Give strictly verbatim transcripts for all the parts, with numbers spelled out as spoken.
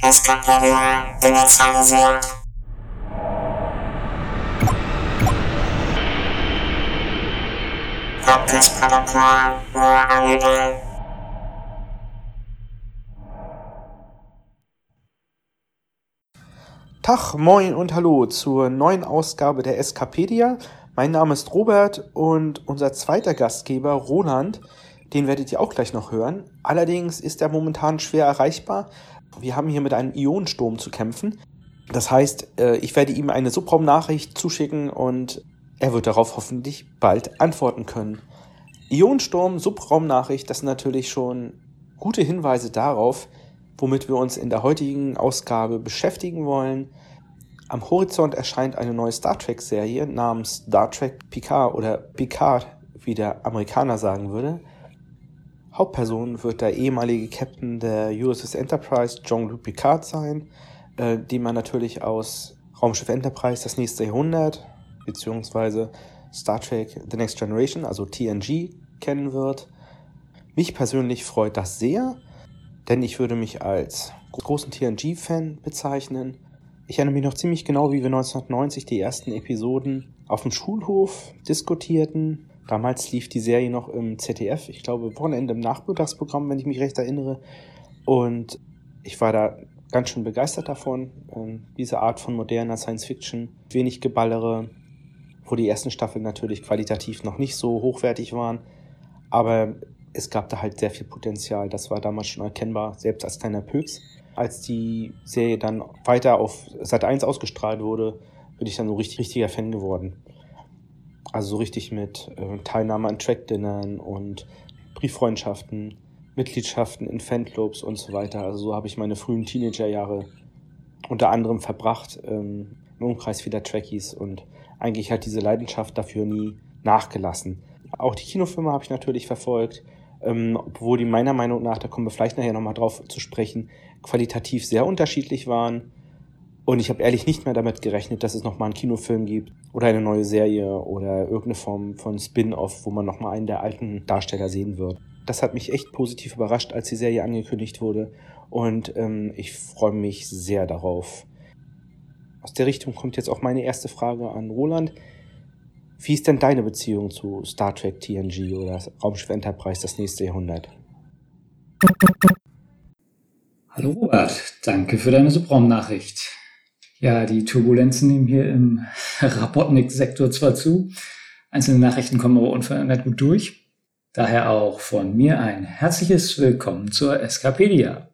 Escapedia initialisiert. Praxisprotokoll U I D. Tag, moin und hallo zur neuen Ausgabe der Escapedia. Mein Name ist Robert und unser zweiter Gastgeber, Roland, den werdet ihr auch gleich noch hören. Allerdings ist er momentan schwer erreichbar. Wir haben hier mit einem Ionensturm zu kämpfen. Das heißt, ich werde ihm eine Subraumnachricht zuschicken und er wird darauf hoffentlich bald antworten können. Ionensturm, Subraumnachricht, das sind natürlich schon gute Hinweise darauf, womit wir uns in der heutigen Ausgabe beschäftigen wollen. Am Horizont erscheint eine neue Star Trek-Serie namens Star Trek Picard oder Picard, wie der Amerikaner sagen würde. Hauptperson wird der ehemalige Captain der U S S Enterprise, Jean-Luc Picard, sein, äh, den man natürlich aus Raumschiff Enterprise das nächste Jahrhundert beziehungsweise Star Trek The Next Generation, also T N G, kennen wird. Mich persönlich freut das sehr, denn ich würde mich als großen T N G-Fan bezeichnen. Ich erinnere mich noch ziemlich genau, wie wir neunzehnhundertneunzig die ersten Episoden auf dem Schulhof diskutierten. Damals lief die Serie noch im Z D F, ich glaube Wochenende im Nachmittagsprogramm, wenn ich mich recht erinnere. Und ich war da ganz schön begeistert davon. Diese Art von moderner Science-Fiction, wenig Geballere, wo die ersten Staffeln natürlich qualitativ noch nicht so hochwertig waren. Aber es gab da halt sehr viel Potenzial, das war damals schon erkennbar, selbst als kleiner Pöks. Als die Serie dann weiter auf Sat eins ausgestrahlt wurde, bin ich dann so richtig richtiger Fan geworden. Also so richtig mit äh, Teilnahme an Trackdinnern und Brieffreundschaften, Mitgliedschaften in Fanclubs und so weiter. Also so habe ich meine frühen Teenagerjahre unter anderem verbracht, ähm, im Umkreis vieler Trekkies, und eigentlich hat diese Leidenschaft dafür nie nachgelassen. Auch die Kinofilme habe ich natürlich verfolgt, ähm, obwohl die meiner Meinung nach, da kommen wir vielleicht nachher nochmal drauf zu sprechen, qualitativ sehr unterschiedlich waren. Und ich habe ehrlich nicht mehr damit gerechnet, dass es nochmal einen Kinofilm gibt oder eine neue Serie oder irgendeine Form von Spin-Off, wo man nochmal einen der alten Darsteller sehen wird. Das hat mich echt positiv überrascht, als die Serie angekündigt wurde, und ähm, ich freue mich sehr darauf. Aus der Richtung kommt jetzt auch meine erste Frage an Roland. Wie ist denn deine Beziehung zu Star Trek T N G oder Raumschiff Enterprise das nächste Jahrhundert? Hallo Robert, danke für deine Subraumnachricht. Ja, die Turbulenzen nehmen hier im Rabotnik-Sektor zwar zu, einzelne Nachrichten kommen aber unverändert gut durch. Daher auch von mir ein herzliches Willkommen zur Escapedia.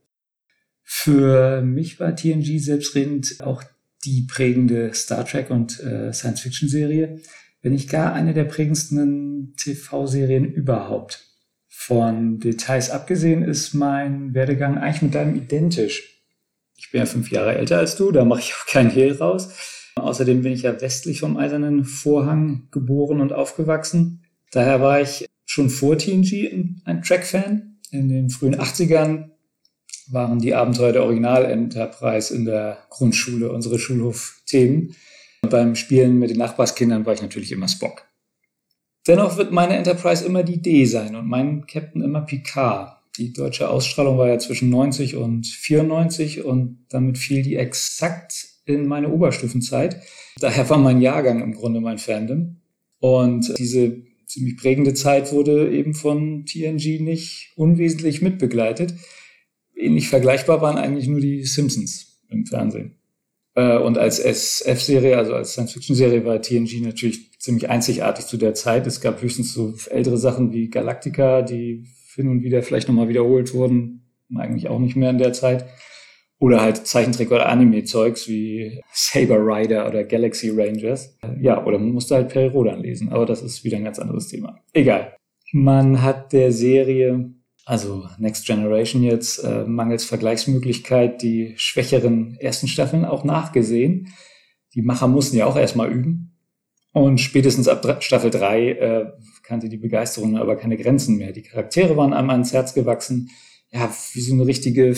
Für mich war T N G selbstredend auch die prägende Star Trek- und äh, Science-Fiction-Serie, wenn nicht gar eine der prägendsten T V-Serien überhaupt. Von Details abgesehen ist mein Werdegang eigentlich mit deinem identisch. Ich bin ja fünf Jahre älter als du, da mache ich auch keinen Hehl raus. Außerdem bin ich ja westlich vom Eisernen Vorhang geboren und aufgewachsen. Daher war ich schon vor T N G ein Trek-Fan. In den frühen achtzigern waren die Abenteuer der Original-Enterprise in der Grundschule unsere Schulhof-Themen. Und beim Spielen mit den Nachbarskindern war ich natürlich immer Spock. Dennoch wird meine Enterprise immer die D sein und mein Captain immer Picard. Die deutsche Ausstrahlung war ja zwischen neunzig und vierundneunzig und damit fiel die exakt in meine Oberstufenzeit. Daher war mein Jahrgang im Grunde mein Fandom. Und diese ziemlich prägende Zeit wurde eben von T N G nicht unwesentlich mitbegleitet. Ähnlich vergleichbar waren eigentlich nur die Simpsons im Fernsehen. Und als S F-Serie, also als Science-Fiction-Serie, war T N G natürlich ziemlich einzigartig zu der Zeit. Es gab höchstens so ältere Sachen wie Galactica, die hin und wieder vielleicht nochmal wiederholt wurden, eigentlich auch nicht mehr in der Zeit. Oder halt Zeichentrick- oder Anime-Zeugs wie Saber Rider oder Galaxy Rangers. Ja, oder man musste halt Peri Rodan lesen, aber das ist wieder ein ganz anderes Thema. Egal. Man hat der Serie, also Next Generation jetzt, äh, mangels Vergleichsmöglichkeit die schwächeren ersten Staffeln auch nachgesehen. Die Macher mussten ja auch erstmal üben. Und spätestens ab Staffel drei äh, kannte die Begeisterung aber keine Grenzen mehr. Die Charaktere waren einem ans Herz gewachsen. Ja, wie so eine richtige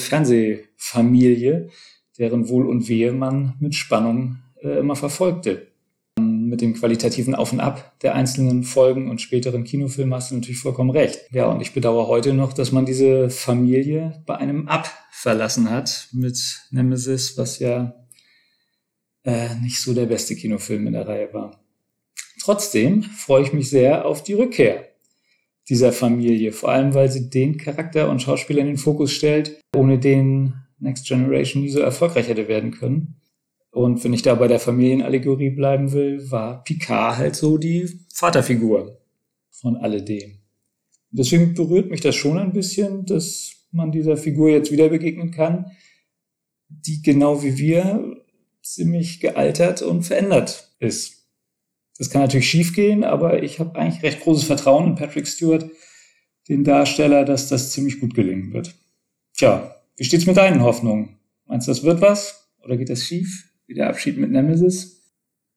Fernsehfamilie, deren Wohl und Wehe man mit Spannung äh, immer verfolgte. mit dem qualitativen Auf und Ab der einzelnen Folgen und späteren Kinofilmen hast du natürlich vollkommen recht. Ja, und ich bedauere heute noch, dass man diese Familie bei einem Ab verlassen hat mit Nemesis, was ja äh, nicht so der beste Kinofilm in der Reihe war. Trotzdem freue ich mich sehr auf die Rückkehr dieser Familie, vor allem weil sie den Charakter und Schauspieler in den Fokus stellt, ohne den Next Generation nie so erfolgreich hätte werden können. Und wenn ich da bei der Familienallegorie bleiben will, war Picard halt so die Vaterfigur von alledem. Deswegen berührt mich das schon ein bisschen, dass man dieser Figur jetzt wieder begegnen kann, die genau wie wir ziemlich gealtert und verändert ist. Das kann natürlich schiefgehen, aber ich habe eigentlich recht großes Vertrauen in Patrick Stewart, den Darsteller, dass das ziemlich gut gelingen wird. Tja, wie steht's mit deinen Hoffnungen? Meinst du, das wird was? Oder geht das schief? Wie der Abschied mit Nemesis?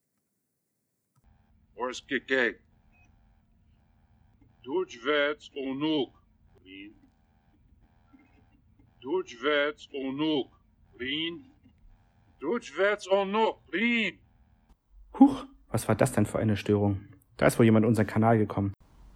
Horst Keke. Durchwärts onuk. Durchwärts onuk. Rien. Durchwärts onuk. Rien. Huch, was war das denn für eine Störung? Da ist wohl jemand in unseren Kanal gekommen.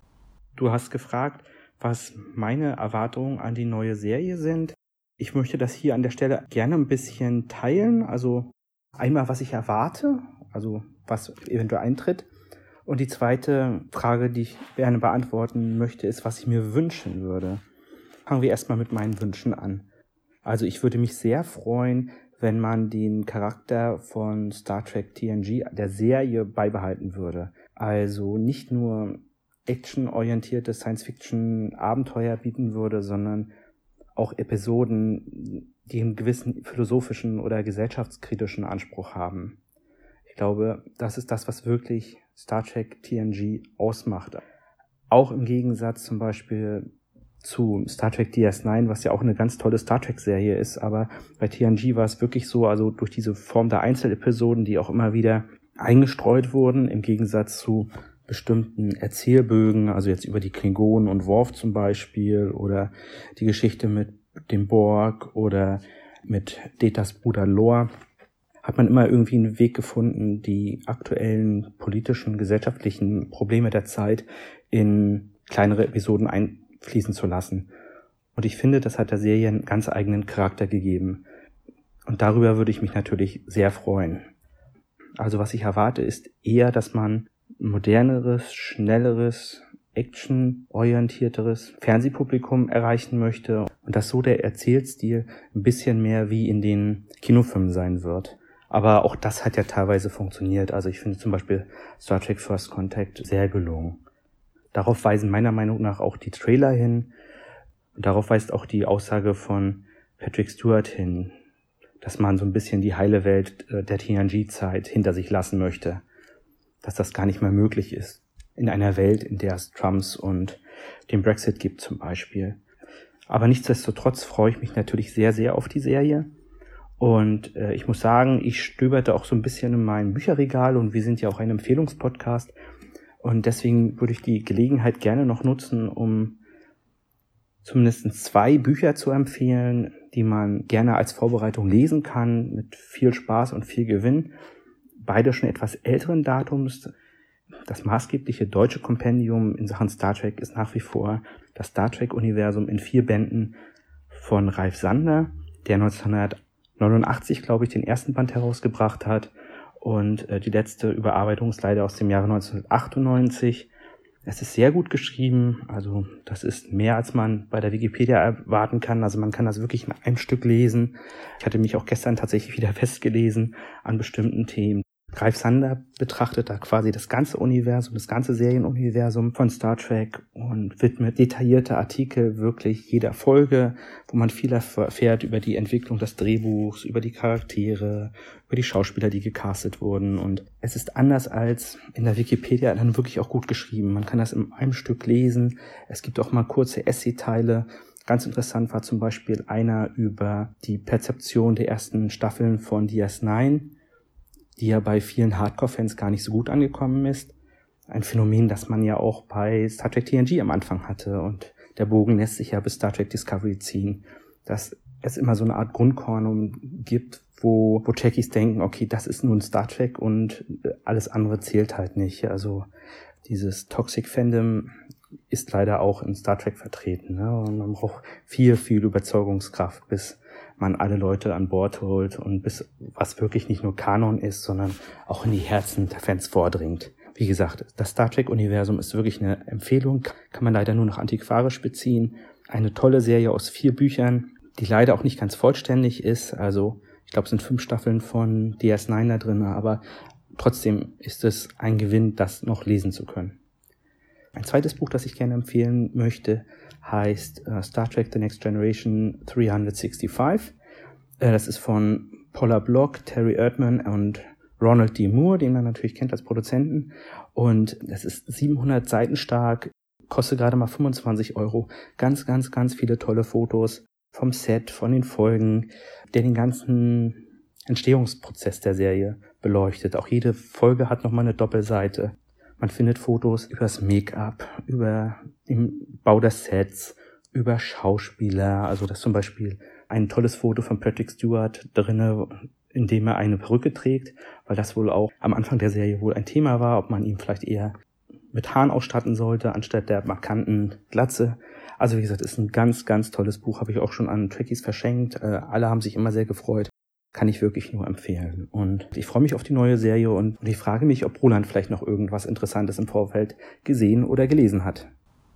Du hast gefragt, was meine Erwartungen an die neue Serie sind. Ich möchte das hier an der Stelle gerne ein bisschen teilen. Also einmal, was ich erwarte, also was eventuell eintritt. Und die zweite Frage, die ich gerne beantworten möchte, ist, was ich mir wünschen würde. Fangen wir erstmal mit meinen Wünschen an. Also ich würde mich sehr freuen, wenn man den Charakter von Star Trek T N G, der Serie, beibehalten würde. Also nicht nur actionorientierte Science-Fiction-Abenteuer bieten würde, sondern auch Episoden, die einen gewissen philosophischen oder gesellschaftskritischen Anspruch haben. Ich glaube, das ist das, was wirklich Star Trek T N G ausmacht. Auch im Gegensatz zum Beispiel zu Star Trek D S neun, was ja auch eine ganz tolle Star Trek-Serie ist, aber bei T N G war es wirklich so, also durch diese Form der Einzelepisoden, die auch immer wieder eingestreut wurden, im Gegensatz zu bestimmten Erzählbögen, also jetzt über die Klingonen und Worf zum Beispiel oder die Geschichte mit dem Borg oder mit Datas Bruder Lore, hat man immer irgendwie einen Weg gefunden, die aktuellen politischen, gesellschaftlichen Probleme der Zeit in kleinere Episoden einfließen zu lassen. Und ich finde, das hat der Serie einen ganz eigenen Charakter gegeben. Und darüber würde ich mich natürlich sehr freuen. Also was ich erwarte, ist eher, dass man moderneres, schnelleres, actionorientierteres Fernsehpublikum erreichen möchte und dass so der Erzählstil ein bisschen mehr wie in den Kinofilmen sein wird. Aber auch das hat ja teilweise funktioniert. Also ich finde zum Beispiel Star Trek First Contact sehr gelungen. Darauf weisen meiner Meinung nach auch die Trailer hin. Und darauf weist auch die Aussage von Patrick Stewart hin, dass man so ein bisschen die heile Welt der T N G-Zeit hinter sich lassen möchte. Dass das gar nicht mehr möglich ist. In einer Welt, in der es Trumps und den Brexit gibt zum Beispiel. Aber nichtsdestotrotz freue ich mich natürlich sehr, sehr auf die Serie. Und äh, ich muss sagen, ich stöberte auch so ein bisschen in meinem Bücherregal und wir sind ja auch ein Empfehlungspodcast. Und deswegen würde ich die Gelegenheit gerne noch nutzen, um zumindest zwei Bücher zu empfehlen, die man gerne als Vorbereitung lesen kann, mit viel Spaß und viel Gewinn. Beide schon etwas älteren Datums. Das maßgebliche deutsche Kompendium in Sachen Star Trek ist nach wie vor das Star Trek-Universum in vier Bänden von Ralf Sander, der neunzehnhundertneunundachtzig, glaube ich, den ersten Band herausgebracht hat. Und äh, die letzte Überarbeitung ist leider aus dem Jahre neunzehnhundertachtundneunzig. Es ist sehr gut geschrieben, also das ist mehr, als man bei der Wikipedia erwarten kann. Also man kann das wirklich in einem Stück lesen. Ich hatte mich auch gestern tatsächlich wieder festgelesen an bestimmten Themen. Ralf Sander betrachtet da quasi das ganze Universum, das ganze Serienuniversum von Star Trek und widmet detaillierte Artikel wirklich jeder Folge, wo man viel erfährt über die Entwicklung des Drehbuchs, über die Charaktere, über die Schauspieler, die gecastet wurden. Und es ist anders als in der Wikipedia dann wirklich auch gut geschrieben. Man kann das in einem Stück lesen. Es gibt auch mal kurze Essay-Teile. Ganz interessant war zum Beispiel einer über die Perzeption der ersten Staffeln von D S neun, die ja bei vielen Hardcore-Fans gar nicht so gut angekommen ist. Ein Phänomen, das man ja auch bei Star Trek T N G am Anfang hatte. Und der Bogen lässt sich ja bis Star Trek Discovery ziehen, dass es immer so eine Art Grundkanon gibt, wo, wo Trekkies denken, okay, das ist nun Star Trek und alles andere zählt halt nicht. Also dieses Toxic Fandom ist leider auch in Star Trek vertreten, ne? Und man braucht viel, viel Überzeugungskraft, bis man alle Leute an Bord holt und bis was wirklich nicht nur Kanon ist, sondern auch in die Herzen der Fans vordringt. Wie gesagt, das Star Trek-Universum ist wirklich eine Empfehlung, kann man leider nur noch antiquarisch beziehen. Eine tolle Serie aus vier Büchern, die leider auch nicht ganz vollständig ist. Also ich glaube, es sind fünf Staffeln von D S neun da drin, aber trotzdem ist es ein Gewinn, das noch lesen zu können. Ein zweites Buch, das ich gerne empfehlen möchte, heißt uh, Star Trek The Next Generation dreihundertfünfundsechzig. Äh, das ist von Paula Block, Terry Erdmann und Ronald D. Moore, den man natürlich kennt als Produzenten. Und das ist siebenhundert Seiten stark, kostet gerade mal fünfundzwanzig Euro. Ganz, ganz, ganz viele tolle Fotos vom Set, von den Folgen, der den ganzen Entstehungsprozess der Serie beleuchtet. Auch jede Folge hat nochmal eine Doppelseite. Man findet Fotos über das Make-up, über den Bau des Sets, über Schauspieler. Also das ist zum Beispiel ein tolles Foto von Patrick Stewart drinne, in dem er eine Perücke trägt, weil das wohl auch am Anfang der Serie wohl ein Thema war, ob man ihn vielleicht eher mit Haaren ausstatten sollte, anstatt der markanten Glatze. Also wie gesagt, ist ein ganz, ganz tolles Buch, habe ich auch schon an Trekkies verschenkt. Äh, alle haben sich immer sehr gefreut. Kann ich wirklich nur empfehlen. Und ich freue mich auf die neue Serie und, und ich frage mich, ob Roland vielleicht noch irgendwas Interessantes im Vorfeld gesehen oder gelesen hat.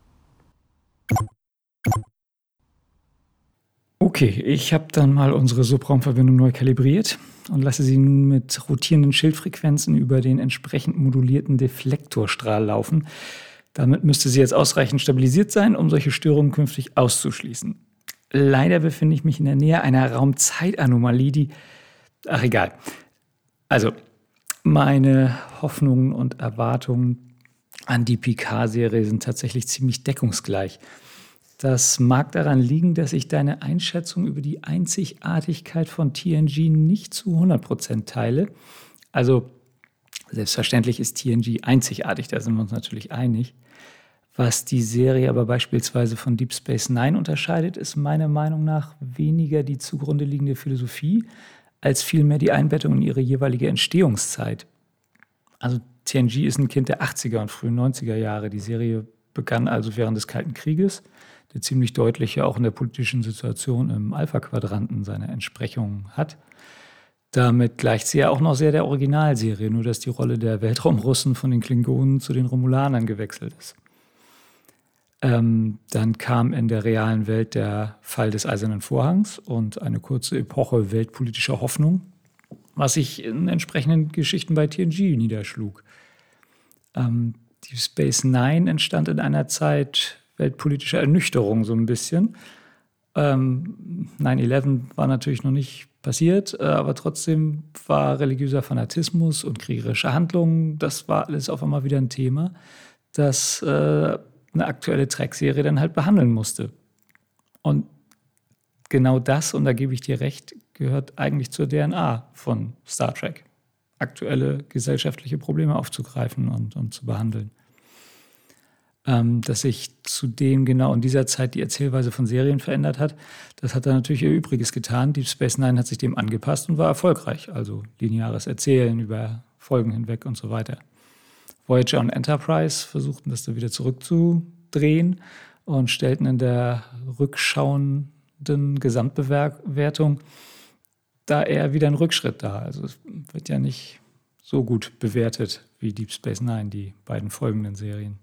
Okay, ich habe dann mal unsere Subraumverbindung neu kalibriert und lasse sie nun mit rotierenden Schildfrequenzen über den entsprechend modulierten Deflektorstrahl laufen. Damit müsste sie jetzt ausreichend stabilisiert sein, um solche Störungen künftig auszuschließen. Leider befinde ich mich in der Nähe einer Raumzeitanomalie, die... Ach, egal. Also, meine Hoffnungen und Erwartungen an die Picard-Serie sind tatsächlich ziemlich deckungsgleich. Das mag daran liegen, dass ich deine Einschätzung über die Einzigartigkeit von T N G nicht zu hundert Prozent teile. Also, selbstverständlich ist T N G einzigartig, da sind wir uns natürlich einig. Was die Serie aber beispielsweise von Deep Space Nine unterscheidet, ist meiner Meinung nach weniger die zugrunde liegende Philosophie, als vielmehr die Einbettung in ihre jeweilige Entstehungszeit. Also T N G ist ein Kind der achtziger und frühen neunziger Jahre. Die Serie begann also während des Kalten Krieges, der ziemlich deutliche auch in der politischen Situation im Alpha-Quadranten seine Entsprechung hat. Damit gleicht sie ja auch noch sehr der Originalserie, nur dass die Rolle der Weltraumrussen von den Klingonen zu den Romulanern gewechselt ist. Ähm, dann kam in der realen Welt der Fall des Eisernen Vorhangs und eine kurze Epoche weltpolitischer Hoffnung, was sich in entsprechenden Geschichten bei T N G niederschlug. Ähm, Deep Space Nine entstand in einer Zeit weltpolitischer Ernüchterung so ein bisschen. Ähm, neun elf war natürlich noch nicht passiert, äh, aber trotzdem war religiöser Fanatismus und kriegerische Handlungen, das war alles auf einmal wieder ein Thema, das äh, eine aktuelle Trek-Serie dann halt behandeln musste. Und genau das, und da gebe ich dir recht, gehört eigentlich zur D N A von Star Trek. Aktuelle gesellschaftliche Probleme aufzugreifen und, und zu behandeln. Ähm, dass sich zudem genau in dieser Zeit die Erzählweise von Serien verändert hat, das hat dann natürlich ihr Übriges getan. Deep Space Nine hat sich dem angepasst und war erfolgreich. Also lineares Erzählen über Folgen hinweg und so weiter. Voyager und Enterprise versuchten das dann wieder zurückzudrehen und stellten in der rückschauenden Gesamtbewertung da eher wieder einen Rückschritt dar. Also es wird ja nicht so gut bewertet wie Deep Space Nine, die beiden folgenden Serien.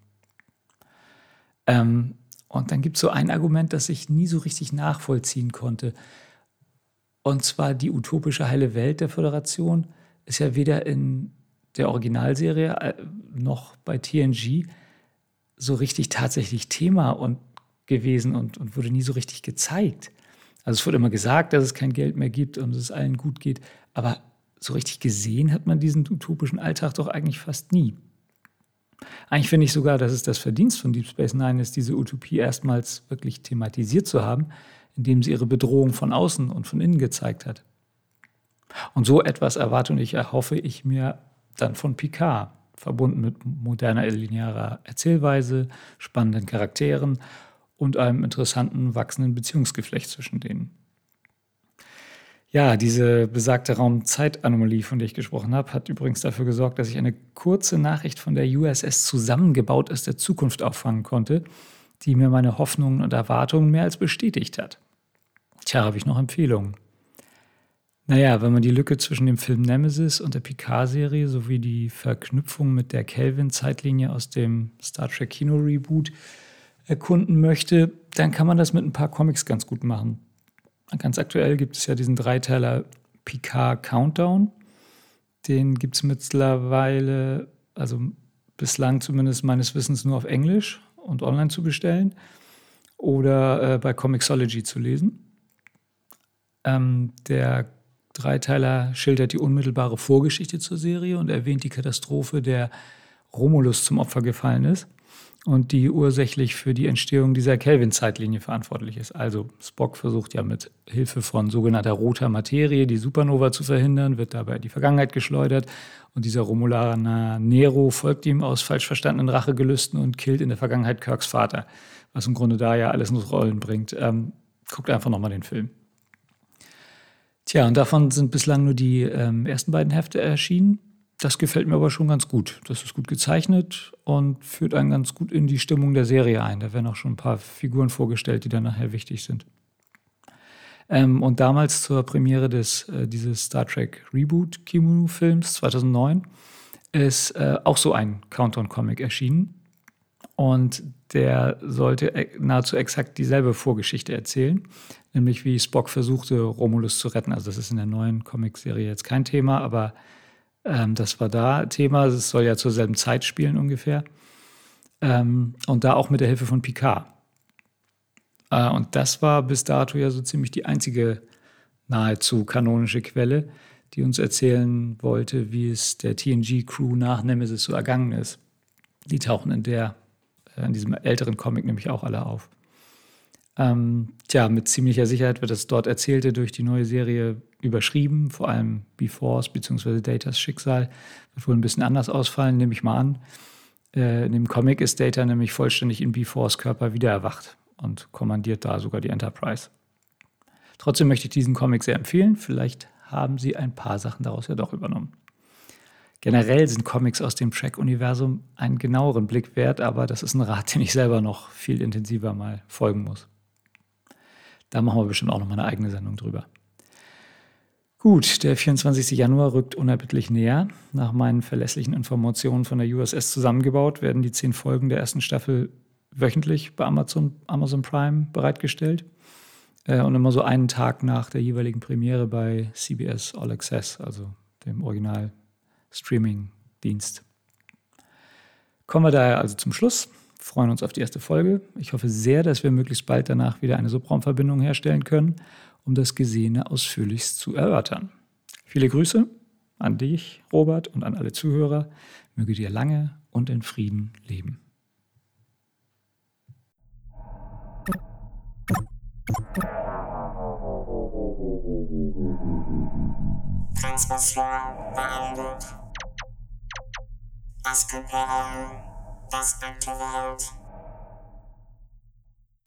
Ähm, und dann gibt es so ein Argument, das ich nie so richtig nachvollziehen konnte. Und zwar die utopische heile Welt der Föderation ist ja weder in der Originalserie noch bei T N G so richtig tatsächlich Thema und gewesen und, und wurde nie so richtig gezeigt. Also es wurde immer gesagt, dass es kein Geld mehr gibt und es allen gut geht, aber so richtig gesehen hat man diesen utopischen Alltag doch eigentlich fast nie. Eigentlich finde ich sogar, dass es das Verdienst von Deep Space Nine ist, diese Utopie erstmals wirklich thematisiert zu haben, indem sie ihre Bedrohung von außen und von innen gezeigt hat. Und so etwas erwarte und ich erhoffe ich mir dann von Picard, verbunden mit moderner linearer Erzählweise, spannenden Charakteren und einem interessanten, wachsenden Beziehungsgeflecht zwischen denen. Ja, diese besagte Raumzeitanomalie, von der ich gesprochen habe, hat übrigens dafür gesorgt, dass ich eine kurze Nachricht von der U S S zusammengebaut aus der Zukunft auffangen konnte, die mir meine Hoffnungen und Erwartungen mehr als bestätigt hat. Tja, habe ich noch Empfehlungen? Naja, wenn man die Lücke zwischen dem Film Nemesis und der Picard-Serie sowie die Verknüpfung mit der Kelvin-Zeitlinie aus dem Star Trek Kino-Reboot erkunden möchte, dann kann man das mit ein paar Comics ganz gut machen. Ganz aktuell gibt es ja diesen Dreiteiler Picard Countdown. Den gibt es mittlerweile, also bislang zumindest meines Wissens, nur auf Englisch und online zu bestellen oder äh, bei Comixology zu lesen. Ähm, der Dreiteiler schildert die unmittelbare Vorgeschichte zur Serie und erwähnt die Katastrophe, der Romulus zum Opfer gefallen ist und die ursächlich für die Entstehung dieser Kelvin-Zeitlinie verantwortlich ist. Also Spock versucht ja mit Hilfe von sogenannter roter Materie die Supernova zu verhindern, wird dabei in die Vergangenheit geschleudert und dieser Romulaner Nero folgt ihm aus falsch verstandenen Rachegelüsten und killt in der Vergangenheit Kirks Vater, was im Grunde da ja alles ins Rollen bringt. Ähm, guckt einfach nochmal den Film. Tja, und davon sind bislang nur die ähm, ersten beiden Hefte erschienen. Das gefällt mir aber schon ganz gut. Das ist gut gezeichnet und führt einen ganz gut in die Stimmung der Serie ein. Da werden auch schon ein paar Figuren vorgestellt, die dann nachher wichtig sind. Ähm, und damals zur Premiere des äh, dieses Star Trek Reboot Kino-Films zweitausendneun ist äh, auch so ein Countdown-Comic erschienen. Und der sollte nahezu exakt dieselbe Vorgeschichte erzählen, nämlich wie Spock versuchte, Romulus zu retten. Also das ist in der neuen Comicserie jetzt kein Thema, aber ähm, das war da Thema. Es soll ja zur selben Zeit spielen ungefähr. Ähm, und da auch mit der Hilfe von Picard. Äh, und das war bis dato ja so ziemlich die einzige nahezu kanonische Quelle, die uns erzählen wollte, wie es der T N G-Crew nach Nemesis so ergangen ist. Die tauchen in der in diesem älteren Comic nämlich auch alle auf. Ähm, tja, mit ziemlicher Sicherheit wird das dort Erzählte durch die neue Serie überschrieben, vor allem B-Force bzw. Datas Schicksal wird wohl ein bisschen anders ausfallen, nehme ich mal an. Äh, in dem Comic ist Data nämlich vollständig in B-Force Körper wieder erwacht und kommandiert da sogar die Enterprise. Trotzdem möchte ich diesen Comic sehr empfehlen, vielleicht haben sie ein paar Sachen daraus ja doch übernommen. Generell sind Comics aus dem Trek-Universum einen genaueren Blick wert, aber das ist ein Rat, den ich selber noch viel intensiver mal folgen muss. Da machen wir bestimmt auch noch mal eine eigene Sendung drüber. Gut, der vierundzwanzigster Januar rückt unerbittlich näher. Nach meinen verlässlichen Informationen von der U S S zusammengebaut, werden die zehn Folgen der ersten Staffel wöchentlich bei Amazon, Amazon Prime bereitgestellt. Äh, und immer so einen Tag nach der jeweiligen Premiere bei C B S All Access, also dem Original Streaming-Dienst. Kommen wir daher also zum Schluss. Freuen uns auf die erste Folge. Ich hoffe sehr, dass wir möglichst bald danach wieder eine Subraumverbindung herstellen können, um das Gesehene ausführlichst zu erörtern. Viele Grüße an dich, Robert, und an alle Zuhörer. Möge dir lange und in Frieden leben. Transmission beendet. Es gibt das Internet.